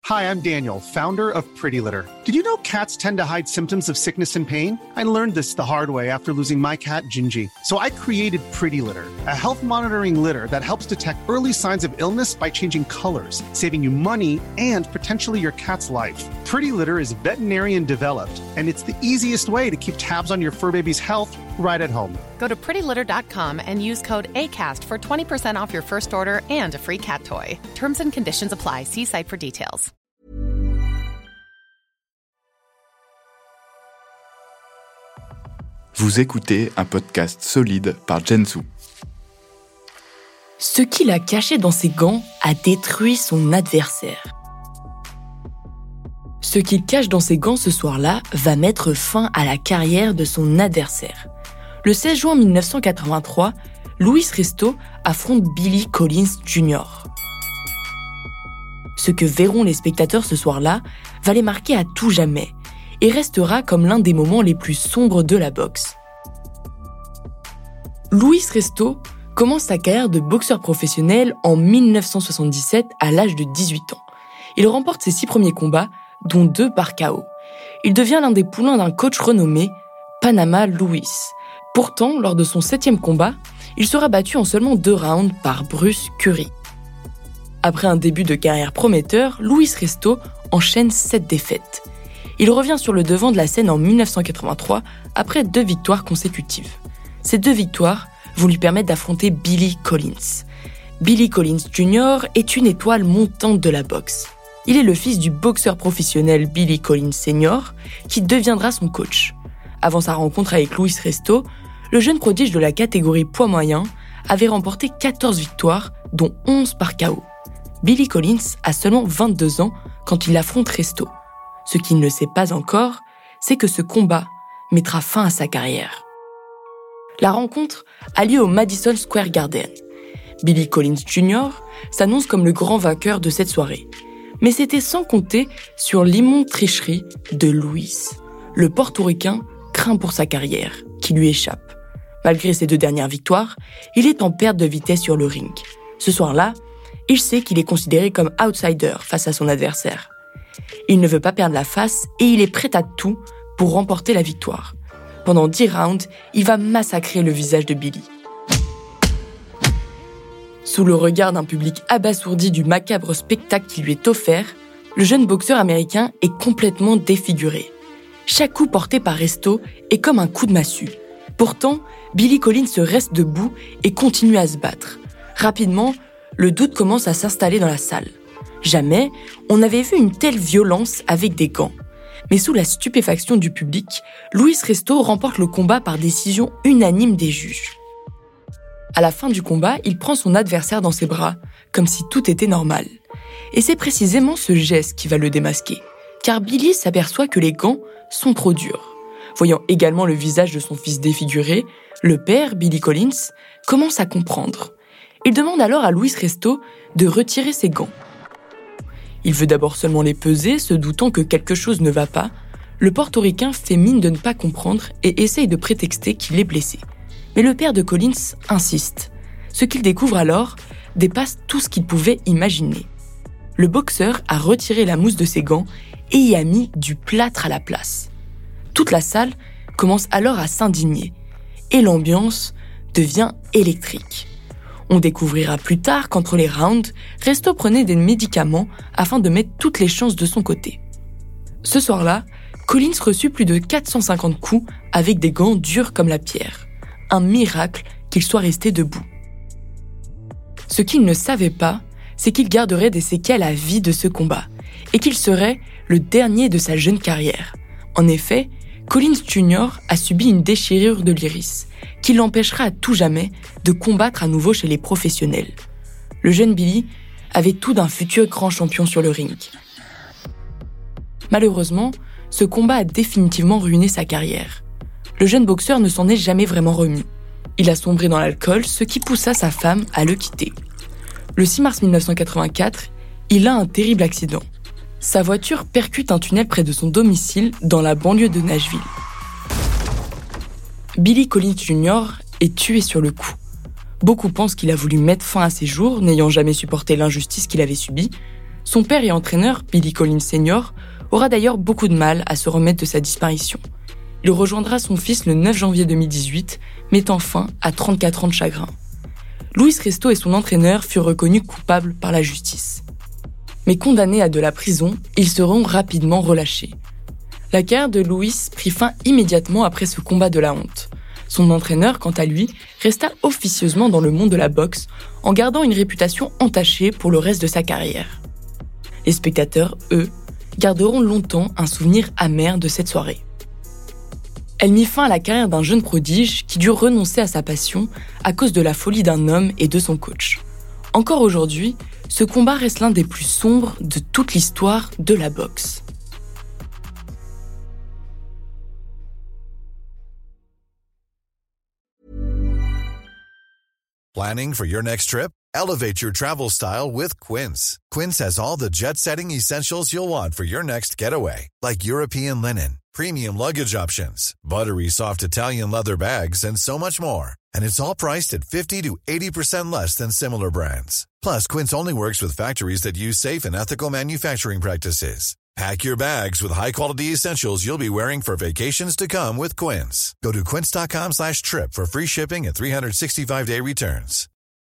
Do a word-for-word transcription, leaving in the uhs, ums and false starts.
Hi, I'm Daniel, founder of Pretty Litter. Did you know cats tend to hide symptoms of sickness and pain? I learned this the hard way after losing my cat, Gingy. So I created Pretty Litter, a health monitoring litter that helps detect early signs of illness by changing colors, saving you money and potentially your cat's life. Pretty Litter is veterinarian developed, and it's the easiest way to keep tabs on your fur baby's health right at home. Go to pretty litter dot com and use code ACAST for twenty percent off your first order and a free cat toy. Terms and conditions apply. See site for details. Vous écoutez un podcast solide par Gensu. Ce qu'il a caché dans ses gants a détruit son adversaire. Ce qu'il cache dans ses gants ce soir-là va mettre fin à la carrière de son adversaire. Le seize juin mille neuf cent quatre-vingt-trois, Louis Resto affronte Billy Collins junior Ce que verront les spectateurs ce soir-là va les marquer à tout jamais et restera comme l'un des moments les plus sombres de la boxe. Louis Resto commence sa carrière de boxeur professionnel en mille neuf cent soixante-dix-sept à l'âge de dix-huit ans. Il remporte ses six premiers combats, dont deux par K O. Il devient l'un des poulains d'un coach renommé, Panama Louis. Pourtant, lors de son septième combat, il sera battu en seulement deux rounds par Bruce Curry. Après un début de carrière prometteur, Louis Resto enchaîne sept défaites. Il revient sur le devant de la scène en mille neuf cent quatre-vingt-trois après deux victoires consécutives. Ces deux victoires vont lui permettre d'affronter Billy Collins. Billy Collins junior est une étoile montante de la boxe. Il est le fils du boxeur professionnel Billy Collins senior qui deviendra son coach. Avant sa rencontre avec Louis Resto, le jeune prodige de la catégorie poids moyen avait remporté quatorze victoires, dont onze par K O. Billy Collins a seulement vingt-deux ans quand il affronte Resto. Ce qu'il ne sait pas encore, c'est que ce combat mettra fin à sa carrière. La rencontre a lieu au Madison Square Garden. Billy Collins junior s'annonce comme le grand vainqueur de cette soirée. Mais c'était sans compter sur l'immonde tricherie de Louis. Le portoricain craint pour sa carrière, qui lui échappe. Malgré ses deux dernières victoires, il est en perte de vitesse sur le ring. Ce soir-là, il sait qu'il est considéré comme outsider face à son adversaire. Il ne veut pas perdre la face et il est prêt à tout pour remporter la victoire. Pendant dix rounds, il va massacrer le visage de Billy. Sous le regard d'un public abasourdi du macabre spectacle qui lui est offert, le jeune boxeur américain est complètement défiguré. Chaque coup porté par Resto est comme un coup de massue. Pourtant, Billy Collins reste debout et continue à se battre. Rapidement, le doute commence à s'installer dans la salle. Jamais on n'avait vu une telle violence avec des gants. Mais sous la stupéfaction du public, Louis Resto remporte le combat par décision unanime des juges. À la fin du combat, il prend son adversaire dans ses bras, comme si tout était normal. Et c'est précisément ce geste qui va le démasquer, car Billy s'aperçoit que les gants sont trop durs. Voyant également le visage de son fils défiguré, le père, Billy Collins, commence à comprendre. Il demande alors à Louis Resto de retirer ses gants. Il veut d'abord seulement les peser, se doutant que quelque chose ne va pas. Le portoricain fait mine de ne pas comprendre et essaye de prétexter qu'il est blessé. Mais le père de Collins insiste. Ce qu'il découvre alors dépasse tout ce qu'il pouvait imaginer. Le boxeur a retiré la mousse de ses gants et y a mis du plâtre à la place. Toute la salle commence alors à s'indigner et l'ambiance devient électrique. On découvrira plus tard qu'entre les rounds, Resto prenait des médicaments afin de mettre toutes les chances de son côté. Ce soir-là, Collins reçut plus de quatre cent cinquante coups avec des gants durs comme la pierre. Un miracle qu'il soit resté debout. Ce qu'il ne savait pas, c'est qu'il garderait des séquelles à vie de ce combat et qu'il serait le dernier de sa jeune carrière. En effet, Collins junior a subi une déchirure de l'iris qui l'empêchera à tout jamais de combattre à nouveau chez les professionnels. Le jeune Billy avait tout d'un futur grand champion sur le ring. Malheureusement, ce combat a définitivement ruiné sa carrière. Le jeune boxeur ne s'en est jamais vraiment remis. Il a sombré dans l'alcool, ce qui poussa sa femme à le quitter. Le six mars mille neuf cent quatre-vingt-quatre, il a un terrible accident. Sa voiture percute un tunnel près de son domicile dans la banlieue de Nashville. Billy Collins junior est tué sur le coup. Beaucoup pensent qu'il a voulu mettre fin à ses jours, n'ayant jamais supporté l'injustice qu'il avait subie. Son père et entraîneur, Billy Collins senior, aura d'ailleurs beaucoup de mal à se remettre de sa disparition. Il rejoindra son fils le neuf janvier deux mille dix-huit, mettant fin à trente-quatre ans de chagrin. Luis Resto et son entraîneur furent reconnus coupables par la justice. Mais condamnés à de la prison, ils seront rapidement relâchés. La carrière de Luis prit fin immédiatement après ce combat de la honte. Son entraîneur, quant à lui, resta officieusement dans le monde de la boxe, en gardant une réputation entachée pour le reste de sa carrière. Les spectateurs, eux, garderont longtemps un souvenir amer de cette soirée. Elle mit fin à la carrière d'un jeune prodige qui dut renoncer à sa passion à cause de la folie d'un homme et de son coach. Encore aujourd'hui, ce combat reste l'un des plus sombres de toute l'histoire de la boxe. Planning for your next trip? Elevate your travel style with Quince. Quince has all the jet-setting essentials you'll want for your next getaway, like European linen, premium luggage options, buttery soft Italian leather bags, and so much more. And it's all priced at fifty to eighty percent less than similar brands. Plus, Quince only works with factories that use safe and ethical manufacturing practices. Pack your bags with high-quality essentials you'll be wearing for vacations to come with Quince. Go to quince.com slash trip for free shipping and three sixty-five day returns.